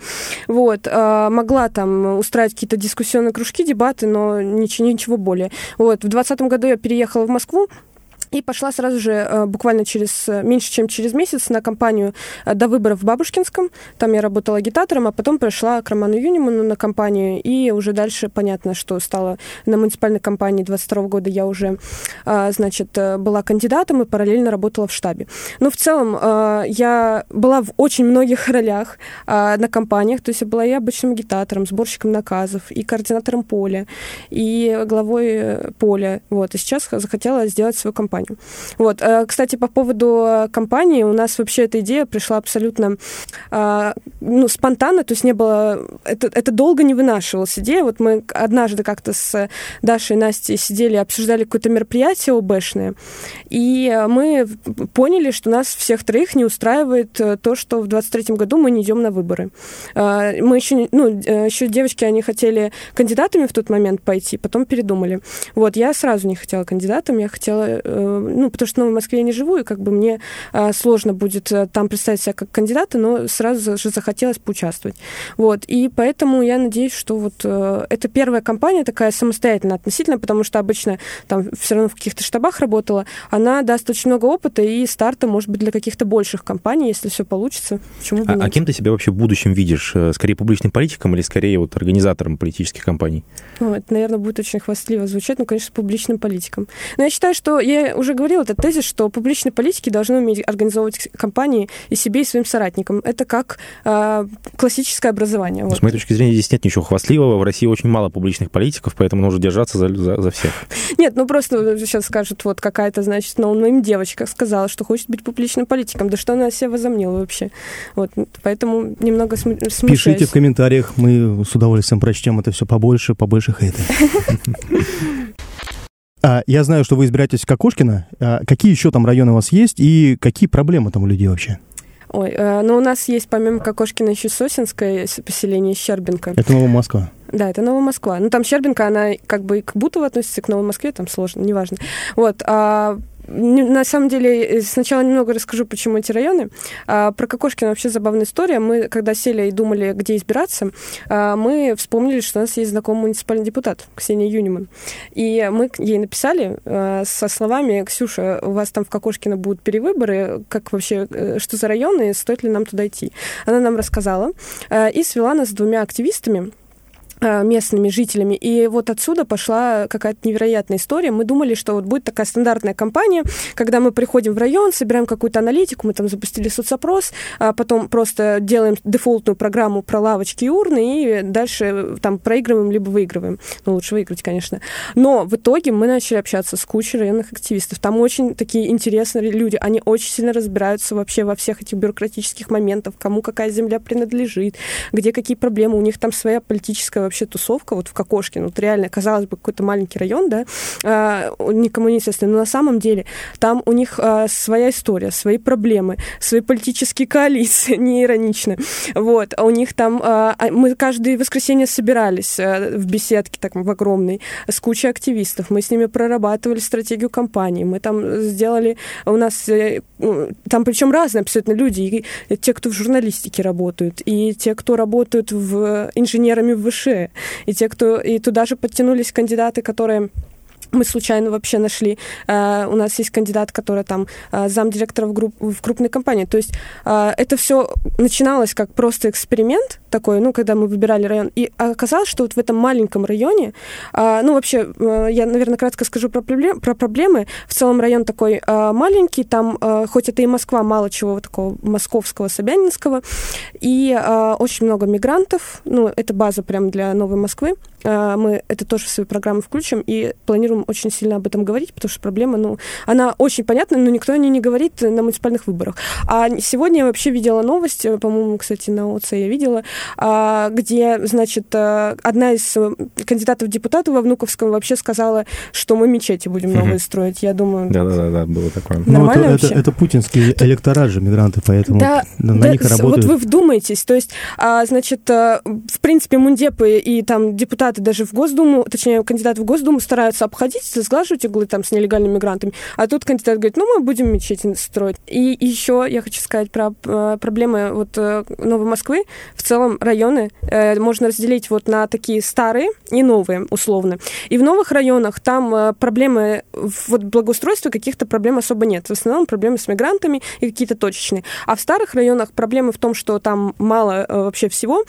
могла там устраивать какие-то дискуссионные кружки, дебаты, но ничего более. В 2020 году я переехала в Москву, и пошла сразу же, буквально меньше чем через месяц, на кампанию до выборов в Бабушкинском. Там я работала агитатором, а потом пришла к Роману Юниману на кампанию, и уже дальше понятно, что стало на муниципальной кампании 22 года я уже, была кандидатом и параллельно работала в штабе. Но в целом я была в очень многих ролях на кампаниях, то есть я была и обычным агитатором, сборщиком наказов, и координатором поля, и главой поля. И сейчас захотела сделать свою кампанию. Кстати, по поводу кампании, у нас вообще эта идея пришла абсолютно спонтанно, то есть не было... Это долго не вынашивалась идея. Мы однажды как-то с Дашей и Настей сидели, обсуждали какое-то мероприятие ОБЭшное, и мы поняли, что нас всех троих не устраивает то, что в 23-м году мы не идем на выборы. Мы еще девочки, они хотели кандидатами в тот момент пойти, потом передумали. Я сразу не хотела кандидатом, я хотела... потому что в Москве я не живу, и мне сложно будет там представить себя как кандидата, но сразу же захотелось поучаствовать. И поэтому я надеюсь, что это первая кампания такая самостоятельная относительно, потому что обычно там все равно в каких-то штабах работала, она даст очень много опыта и старта, может быть, для каких-то больших кампаний, если все получится. Почему бы нет? А кем ты себя вообще в будущем видишь? Скорее публичным политиком или скорее организатором политических кампаний? Это, наверное, будет очень хвастливо звучать, конечно, публичным политиком. Но я считаю, что я уже говорила, этот тезис, что публичные политики должны уметь организовывать кампании и себе, и своим соратникам. Это как классическое образование. Вот. С моей точки зрения, здесь нет ничего хвастливого. В России очень мало публичных политиков, поэтому нужно держаться за всех. Нет, ну просто сейчас скажут, вот какая-то, значит, ноунейм девочка сказала, что хочет быть публичным политиком. Да что она себя возомнила вообще? Вот, поэтому немного смущаюсь. Пишите в комментариях, мы с удовольствием прочтем это все побольше хейта. Я знаю, что вы избираетесь в Кокошкино. Какие еще там районы у вас есть и какие проблемы там у людей вообще? Ой, ну у нас есть помимо Кокошкина еще Сосинское поселение Щербинка. Это Новая Москва? Да, это Новая Москва. Ну там Щербинка, она как бы к Бутово относится, к Новой Москве, там сложно, неважно. Вот, на самом деле, сначала немного расскажу, почему эти районы. Про Кокошкино вообще забавная история. Мы, когда сели и думали, где избираться, мы вспомнили, что у нас есть знакомый муниципальный депутат Ксения Юниман. И мы ей написали со словами: «Ксюша, у вас там в Кокошкино будут перевыборы, как вообще, что за районы, стоит ли нам туда идти?» Она нам рассказала и свела нас с 2 активистами, местными жителями. И вот отсюда пошла какая-то невероятная история. Мы думали, что вот будет такая стандартная кампания, когда мы приходим в район, собираем какую-то аналитику, мы там запустили соцопрос, а потом просто делаем дефолтную программу про лавочки и урны, и дальше там проигрываем либо выигрываем. Ну, лучше выиграть, конечно. Но в итоге мы начали общаться с кучей районных активистов. Там очень такие интересные люди. Они очень сильно разбираются вообще во всех этих бюрократических моментах, кому какая земля принадлежит, где какие проблемы. У них там своя политическая вообще тусовка, вот в Кокошкино, вот реально, казалось бы, какой-то маленький район, да, никому не известный, но на самом деле там у них своя история, свои проблемы, свои политические коалиции, не иронично. Вот, у них там, мы каждое воскресенье собирались в беседке, так, в огромной, с кучей активистов, мы с ними прорабатывали стратегию кампании, мы там сделали, у нас там причем разные абсолютно люди, и те, кто в журналистике работают, и те, кто работают инженерами в ВШЭ, и те, кто... И туда же подтянулись кандидаты, которые... Мы случайно вообще нашли. У нас есть кандидат, который там замдиректора в крупной компании. То есть это все начиналось как просто эксперимент такой, ну, когда мы выбирали район. И оказалось, что вот в этом маленьком районе, ну, вообще, я, наверное, кратко скажу про проблемы. В целом район такой маленький, там, хоть это и Москва, мало чего такого московского, собянинского, и очень много мигрантов. Ну, это база прям для Новой Москвы. Мы это тоже в свою программу включим и планируем очень сильно об этом говорить, потому что проблема, ну, она очень понятна, но никто о ней не говорит на муниципальных выборах. А сегодня я вообще видела новость, по-моему, кстати, на ОЦ я видела, где, значит, одна из кандидатов в депутаты во Внуковском вообще сказала, что мы мечети будем новые строить. Я думаю... Да, было такое. Нормально ну, вообще? Это путинский электорат же, мигранты, поэтому на них работают. Вот вы вдумайтесь, то есть, значит, в принципе, мундепы и там депутаты даже в Госдуму, точнее, кандидаты в Госдуму стараются обходить, сглаживать углы там с нелегальными мигрантами, а тут кандидат говорит, ну, мы будем мечети строить. И еще я хочу сказать про проблемы вот Новой Москвы. В целом районы можно разделить вот на такие старые и новые, условно. И в новых районах там проблемы вот благоустройства, каких-то проблем особо нет. В основном проблемы с мигрантами и какие-то точечные. А в старых районах проблемы в том, что там мало вообще всего.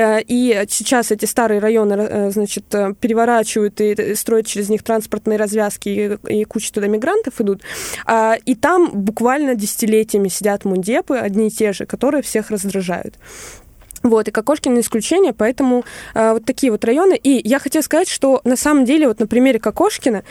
И сейчас эти старые районы, значит, переворачивают и строят через них транспортные развязки, и куча туда мигрантов идут. И там буквально десятилетиями сидят мундепы, одни и те же, которые всех раздражают. Вот, и Кокошкино исключение, поэтому вот такие вот районы. И я хотела сказать, что на самом деле вот на примере Кокошкина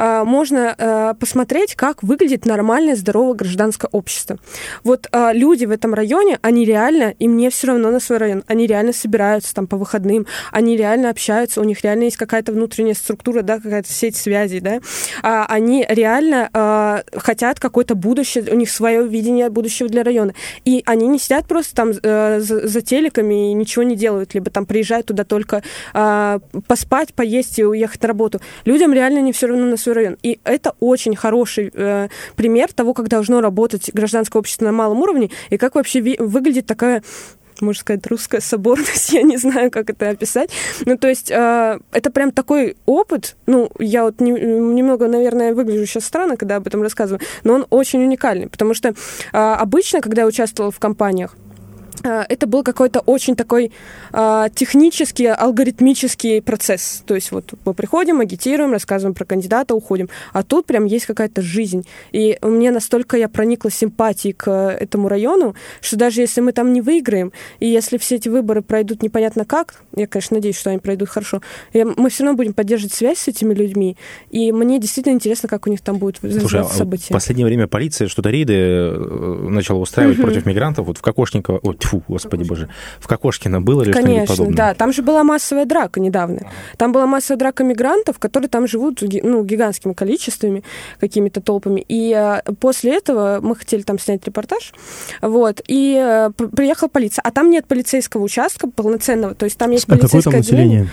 можно посмотреть, как выглядит нормальное, здоровое гражданское общество. Вот люди в этом районе, они реально, им не все равно на свой район, они реально собираются там по выходным, они реально общаются, у них реально есть какая-то внутренняя структура, да, какая-то сеть связей, да, они реально хотят какое-то будущее, у них свое видение будущего для района. И они не сидят просто там за телеком и ничего не делают, либо там приезжают туда только поспать, поесть и уехать на работу. Людям реально не все равно на свой район. И это очень хороший пример того, как должно работать гражданское общество на малом уровне, и как вообще выглядит такая, можно сказать, русская соборность, я не знаю, как это описать. Ну, то есть это прям такой опыт, ну, я вот немного, наверное, выгляжу сейчас странно, когда об этом рассказываю, но он очень уникальный, потому что обычно, когда я участвовала в кампаниях, это был какой-то очень такой технический, алгоритмический процесс. То есть вот мы приходим, агитируем, рассказываем про кандидата, уходим. А тут прям есть какая-то жизнь. И мне настолько я проникла симпатией к этому району, что даже если мы там не выиграем, и если все эти выборы пройдут непонятно как, я, конечно, надеюсь, что они пройдут хорошо, мы все равно будем поддерживать связь с этими людьми. И мне действительно интересно, как у них там будет развиваться события. В последнее время полиция что-то рейды начала устраивать против мигрантов. Вот в Кокошниково... Господи боже, в Кокошкино было ли что-нибудь подобное? Конечно, да. Там же была массовая драка недавно. Там была массовая драка мигрантов, которые там живут гигантскими количествами, какими-то толпами. И после этого мы хотели там снять репортаж, вот, и приехала полиция. А там нет полицейского участка полноценного, то есть там есть полицейское отделение.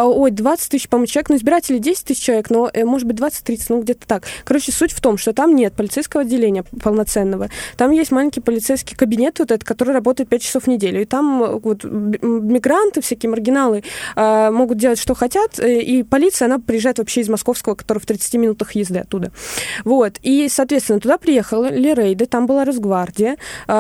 20 тысяч, по-моему, человек, но избирателей 10 тысяч человек, но, может быть, 20-30, где-то так. Короче, суть в том, что там нет полицейского отделения полноценного. Там есть маленький полицейский кабинет, вот этот, который работает 5 часов в неделю. И там вот мигранты, всякие маргиналы могут делать, что хотят, и полиция, она приезжает вообще из Московского, который в 30 минутах езды оттуда. Вот. И, соответственно, туда приехали рейды, там была Росгвардия,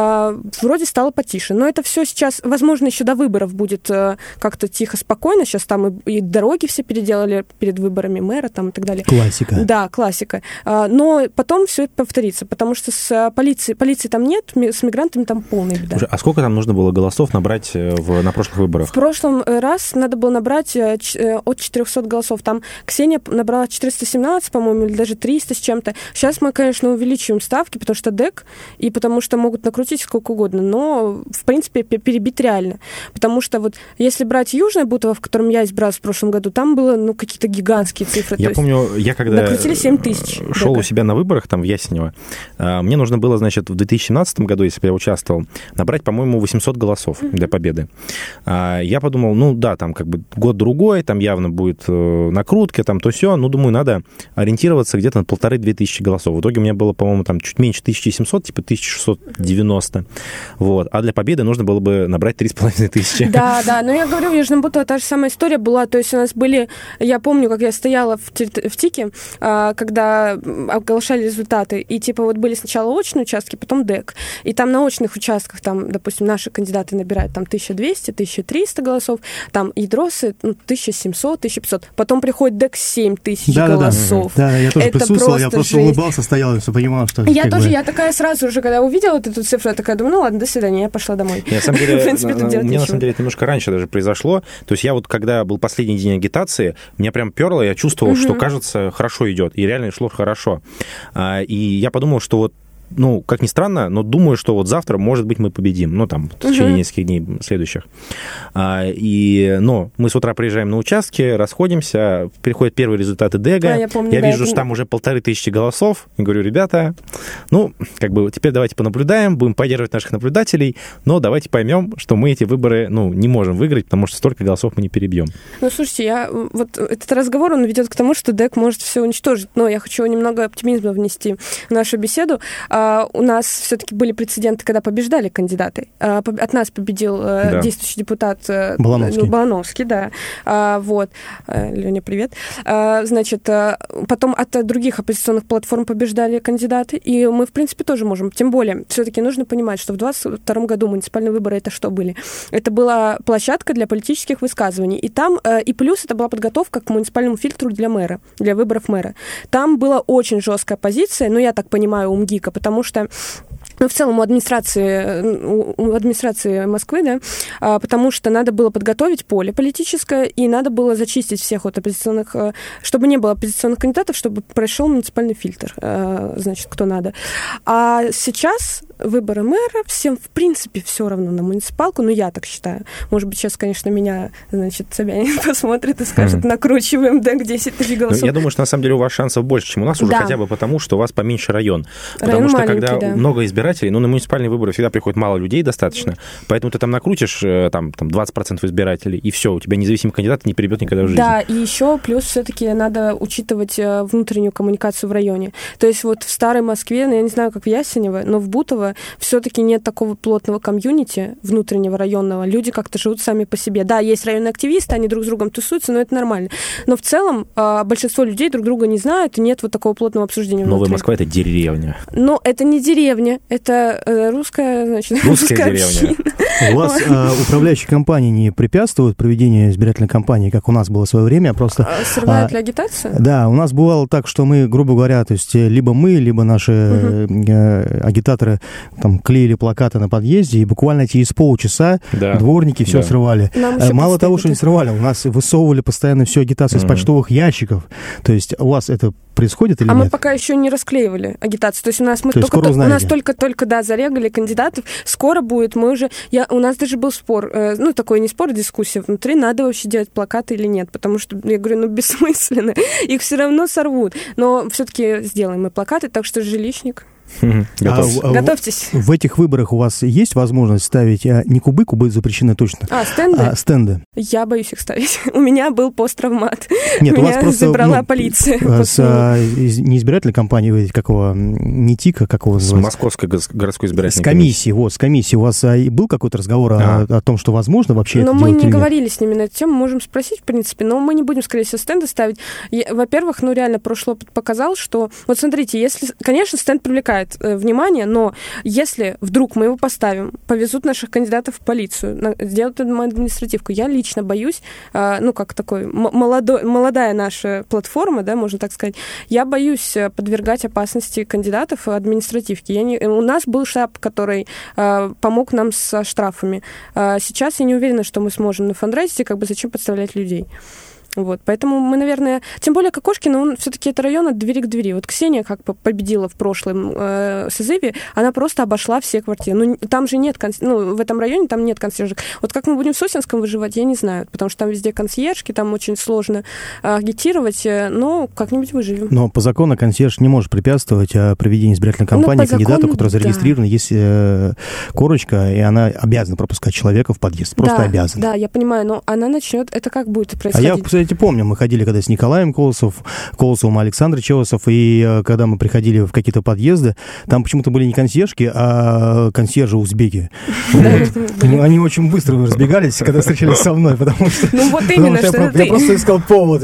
вроде стало потише. Но это все сейчас, возможно, еще до выборов будет как-то тихо, спокойно. Сейчас там и дороги все переделали перед выборами мэра там и так далее. Классика. Да, классика. Но потом все это повторится, потому что с полиции там нет, с мигрантами там полная беда. А сколько там нужно было голосов набрать на прошлых выборах? В прошлом раз надо было набрать от 400 голосов. Там Ксения набрала 417, по-моему, или даже 300 с чем-то. Сейчас мы, конечно, увеличиваем ставки, потому что ДЭК, и потому что могут накрутить сколько угодно, но, в принципе, перебить реально. Потому что вот если брать Южное Бутово, в котором я избралась в прошлом году, там было, какие-то гигантские цифры. Я помню, я когда накрутили 7 тысяч шел у себя на выборах там в Ясенево, мне нужно было, значит, в 2017 году, если бы я участвовал, набрать, по-моему, 800 голосов для победы. Я подумал, там как бы год-другой, там явно будет накрутка, там то-сё, думаю, надо ориентироваться где-то на 1500-2000 голосов. В итоге у меня было, по-моему, там чуть меньше 1700, типа 1690. Вот. А для победы нужно было бы набрать 3500. Да, но я говорю, в Южном Бутово та же самая история была, то есть у нас были, я помню, как я стояла в ТИКе, когда оглашали результаты, и типа вот были сначала очные участки, потом ДЭК, и там на очных участках, там, допустим, наши кандидаты набирают там 1200, 1300 голосов, там ядросы 1700, 1500, потом приходит ДЭК 7000 голосов. Да, я тоже присутствовал, я просто улыбался, стоял, и понимал, что... Я такая сразу же, когда увидела вот эту цифру, я такая думаю, ладно, до свидания, я пошла домой. На самом деле, мне на самом деле это немножко раньше даже произошло, то есть я вот, когда был последний день агитации, меня прям перло, я чувствовал, что, кажется, хорошо идет, и реально шло хорошо. И я подумал, что вот как ни странно, но думаю, что вот завтра, может быть, мы победим. В течение нескольких дней следующих. Но мы с утра приезжаем на участки, расходимся, приходят первые результаты ДЭГа. Я вижу, что там уже 1500 голосов. И говорю, ребята, теперь давайте понаблюдаем, будем поддерживать наших наблюдателей, но давайте поймем, что мы эти выборы, не можем выиграть, потому что столько голосов мы не перебьем. Слушайте, вот этот разговор, он ведет к тому, что ДЭК может все уничтожить. Но я хочу немного оптимизма внести в нашу беседу. У нас все-таки были прецеденты, когда побеждали кандидаты. От нас победил действующий депутат Балановский, да. Леня, привет. Значит, потом от других оппозиционных платформ побеждали кандидаты, и мы, в принципе, тоже можем. Тем более, все-таки нужно понимать, что в 2022 году муниципальные выборы это что были? Это была площадка для политических высказываний, и там, и плюс это была подготовка к муниципальному фильтру для мэра, для выборов мэра. Там была очень жесткая позиция, я так понимаю, у МГИКа, потому что в целом у администрации Москвы, да, потому что надо было подготовить поле политическое, и надо было зачистить всех от оппозиционных, чтобы не было оппозиционных кандидатов, чтобы прошел муниципальный фильтр, значит, кто надо. А сейчас выборы мэра, всем, в принципе, все равно на муниципалку, я так считаю. Может быть, сейчас, конечно, меня, значит, Собянин посмотрит и скажет, накручиваем, да, 10 тысяч голосов. Я думаю, что, на самом деле, у вас шансов больше, чем у нас, уже хотя бы потому, что у вас поменьше район. Потому что, маленький, когда много избирателей, на муниципальные выборы всегда приходит мало людей достаточно, поэтому ты там накрутишь 20% избирателей, и все, у тебя независимый кандидат не перебьет никогда в жизни. Да, и еще плюс все-таки надо учитывать внутреннюю коммуникацию в районе. То есть вот в старой Москве, я не знаю, как в Ясенево, но в Бутово все-таки нет такого плотного комьюнити внутреннего районного. Люди как-то живут сами по себе. Да, есть районные активисты, они друг с другом тусуются, но это нормально. Но в целом большинство людей друг друга не знают, и нет вот такого плотного обсуждения внутри. Новая Москва — это деревня. Но это не деревня, Это русская, значит, русская деревня. У вас управляющие компании не препятствуют проведению избирательной кампании, как у нас было в свое время, просто... Срывают ли агитацию? Да, у нас бывало так, что мы, грубо говоря, то есть либо мы, либо наши агитаторы там клеили плакаты на подъезде, и буквально через полчаса дворники все срывали. Мало того, что не срывали, у нас высовывали постоянно всю агитацию из почтовых ящиков. То есть у вас это происходит или нет? Мы пока еще не расклеивали агитацию. То есть у нас только зарегали кандидатов. Скоро будет, у нас даже был спор, такой не спор, а дискуссия внутри, надо вообще делать плакаты или нет, потому что, я говорю, бессмысленно, их все равно сорвут. Но все-таки сделаем мы плакаты, так что жилищник... Готовьтесь. В этих выборах у вас есть возможность ставить не кубы запрещены точно. Стенды? Стенды. Я боюсь их ставить. У меня был посттравмат. Нет, у вас меня просто забрала полиция. Не избирательной кампании, какого, не ТИКа, как его называется? С Московской городской избирательной комиссии. С комиссией. У вас был какой-то разговор о том, что возможно вообще это делать? Но мы не говорили с ними на эту тему, можем спросить, в принципе, но мы не будем, скорее всего, стенды ставить. Во-первых, реально прошлый опыт показал, что... Вот смотрите, если... Конечно, стенд привлекает внимание, но если вдруг мы его поставим, повезут наших кандидатов в полицию, сделают административку, я лично боюсь, как такой молодая наша платформа, да, можно так сказать, я боюсь подвергать опасности кандидатов административки. У нас был штаб, который помог нам со штрафами. Сейчас я не уверена, что мы сможем на фандрайзе, зачем подставлять людей. Поэтому мы, наверное... Тем более Кокошкино, он все-таки это район от двери к двери. Ксения победила в прошлом созыве, она просто обошла все квартиры. Там же нет... в этом районе там нет консьержек. Как мы будем в Сосенском выживать, я не знаю, потому что там везде консьержки, там очень сложно агитировать, но как-нибудь выживем. Но по закону консьерж не может препятствовать проведению избирательной кампании кандидату, который зарегистрирован, есть корочка, и она обязана пропускать человека в подъезд. Просто обязана. Да, я понимаю, но она начнет... Это как будет происходить? Помню, мы ходили когда с Николаем Колосовым, Александром Челосов, и когда мы приходили в какие-то подъезды, там почему-то были не консьержки, а консьержи-узбеки. Они очень быстро разбегались, когда встречались со мной, потому что... Я просто искал повод.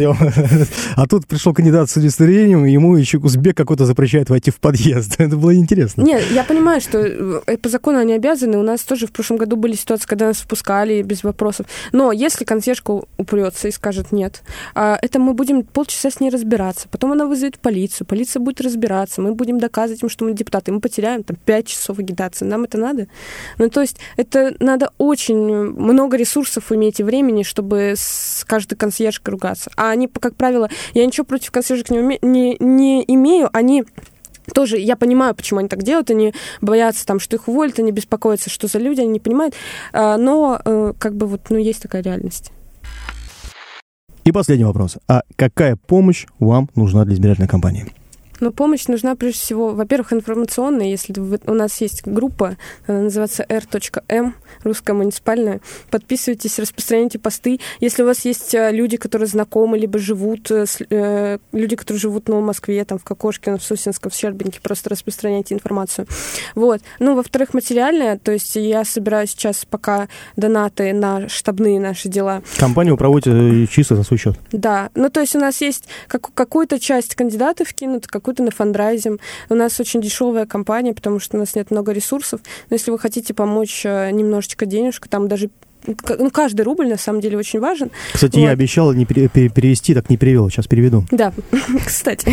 А тут пришел кандидат с удостоверением, и ему еще узбек какой-то запрещает войти в подъезд. Это было интересно. Нет, я понимаю, что по закону они обязаны. У нас тоже в прошлом году были ситуации, когда нас впускали без вопросов. Но если консьержка упрется и скажет нет, это мы будем полчаса с ней разбираться. Потом она вызовет полицию, полиция будет разбираться, мы будем доказывать им, что мы депутаты. Мы потеряем 5 часов агитации. Нам это надо? То есть это надо очень много ресурсов иметь и времени, чтобы с каждой консьержкой ругаться. А они, как правило, я ничего против консьержек не имею, они... Тоже я понимаю, почему они так делают, они боятся, что их уволят, они беспокоятся, что за люди, они не понимают, но есть такая реальность. И последний вопрос. А какая помощь вам нужна для избирательной кампании? Помощь нужна, прежде всего, во-первых, информационная. Если у нас есть группа, она называется R.M, русская муниципальная, подписывайтесь, распространяйте посты. Если у вас есть люди, которые знакомы, либо живут, люди, которые живут в Новой Москве, в Кокошкино, в Сосенском, в Щербинке, просто распространяйте информацию. Во-вторых, материальная, то есть я собираю сейчас пока донаты на штабные наши дела. Кампанию вы проводите чисто за свой счет? Да, то есть у нас есть какую-то часть кандидатов кинут, какую-то на фандрайзинг. У нас очень дешевая кампания, потому что у нас нет много ресурсов. Но если вы хотите помочь немножечко денежка, там даже каждый рубль, на самом деле, очень важен. Кстати, я обещала не перевести, так не перевела. Сейчас переведу. Да, кстати.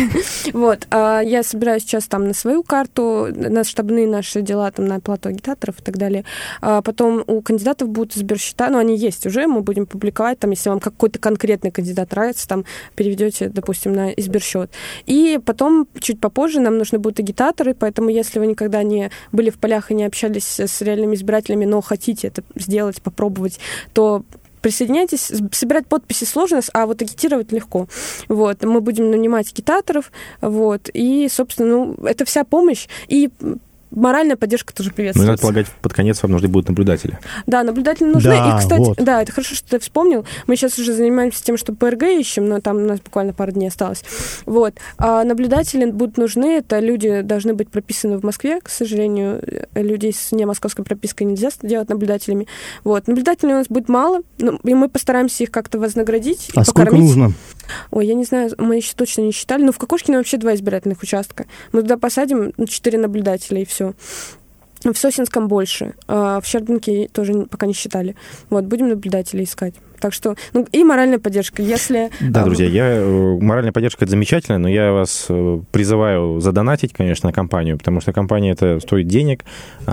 Я собираю сейчас на свою карту, на штабные наши дела, на оплату агитаторов и так далее. Потом у кандидатов будут сберсчета, они есть уже, мы будем публиковать, если вам какой-то конкретный кандидат нравится, переведете, допустим, на сберсчет. И потом, чуть попозже, нам нужны будут агитаторы, поэтому если вы никогда не были в полях и не общались с реальными избирателями, но хотите это сделать, попробовать, то присоединяйтесь. Собирать подписи сложно, а агитировать легко. Мы будем нанимать агитаторов, и, собственно, это вся помощь. И моральная поддержка тоже приветствуется. Надо полагать, под конец вам нужны будут наблюдатели. Да, наблюдатели нужны. И, кстати, это хорошо, что ты вспомнил. Мы сейчас уже занимаемся тем, что ПРГ ищем, но там у нас буквально пару дней осталось. А наблюдатели будут нужны. Это люди должны быть прописаны в Москве. К сожалению, людей с не московской пропиской нельзя делать наблюдателями. Наблюдателей у нас будет мало, и мы постараемся их как-то вознаградить. А сколько нужно? Ой, я не знаю, мы еще точно не считали. Но в Кокошкино вообще 2 избирательных участка. Мы туда посадим 4 наблюдателя, и все. В Сосинском больше. В Щербинке тоже пока не считали. Вот, будем наблюдателей искать. Так что, и моральная поддержка, если... Да, друзья, моральная поддержка — это замечательно, но я вас призываю задонатить, конечно, на компанию, потому что компания это стоит денег,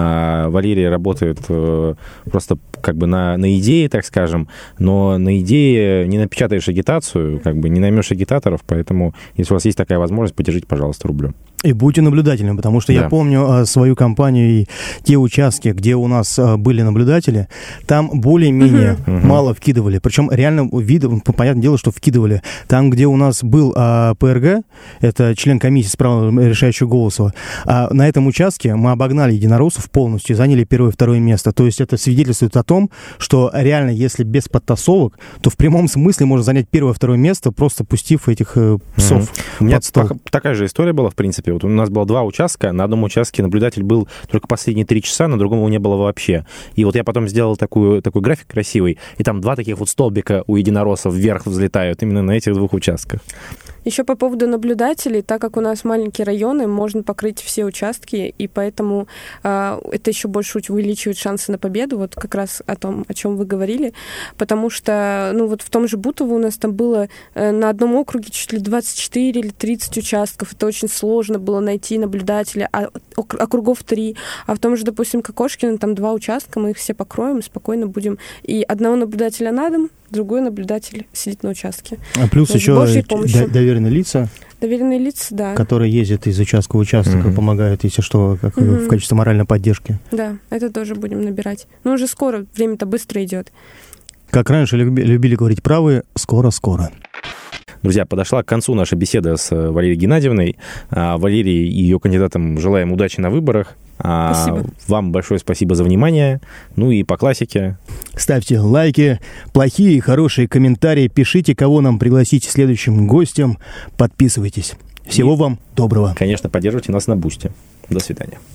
а Валерий работает просто как бы на идее, так скажем, но на идее не напечатаешь агитацию, как бы не наймешь агитаторов, поэтому, если у вас есть такая возможность, поддержите, пожалуйста, рублем. И будьте наблюдательными, потому что я помню свою компанию и те участки, где у нас были наблюдатели, там более-менее мало вкидывали. Причем реально, понятное дело, что вкидывали. Там, где у нас был ПРГ, это член комиссии с правом решающего голоса, на этом участке мы обогнали единороссов полностью и заняли первое и второе место. То есть это свидетельствует о том, что реально, если без подтасовок, то в прямом смысле можно занять первое и второе место, просто пустив этих псов под стол. У меня такая же история была, в принципе. Вот у нас было 2 участка. На одном участке наблюдатель был только последние 3 часа, на другом его не было вообще. И вот я потом сделал такой график красивый, и там 2 таких вот столбика у единороссов вверх взлетают именно на этих 2 участках. Еще по поводу наблюдателей, так как у нас маленькие районы, можно покрыть все участки, и поэтому это еще больше увеличивает шансы на победу, вот как раз о том, о чем вы говорили, потому что, вот в том же Бутово у нас там было на одном округе чуть ли 24 или 30 участков, это очень сложно было найти наблюдателя, а округов 3, а в том же, допустим, Кокошкино там 2 участка, мы их все покроем, спокойно будем, и одного наблюдателя на дом, другой наблюдатель сидит на участке. А плюс еще доверенные лица. Доверенные лица, да. Которые ездят из участка в участок и помогают, если что, как в качестве моральной поддержки. Да, это тоже будем набирать. Но уже скоро, время-то быстро идет. Как раньше любили говорить правые, скоро-скоро. Друзья, подошла к концу наша беседа с Валерией Геннадьевной. Валерии и ее кандидатам желаем удачи на выборах. Спасибо. Вам большое спасибо за внимание. И по классике. Ставьте лайки, плохие и хорошие комментарии, пишите, кого нам пригласить следующим гостем, подписывайтесь. Всего вам доброго. Конечно, поддерживайте нас на Бусти. До свидания.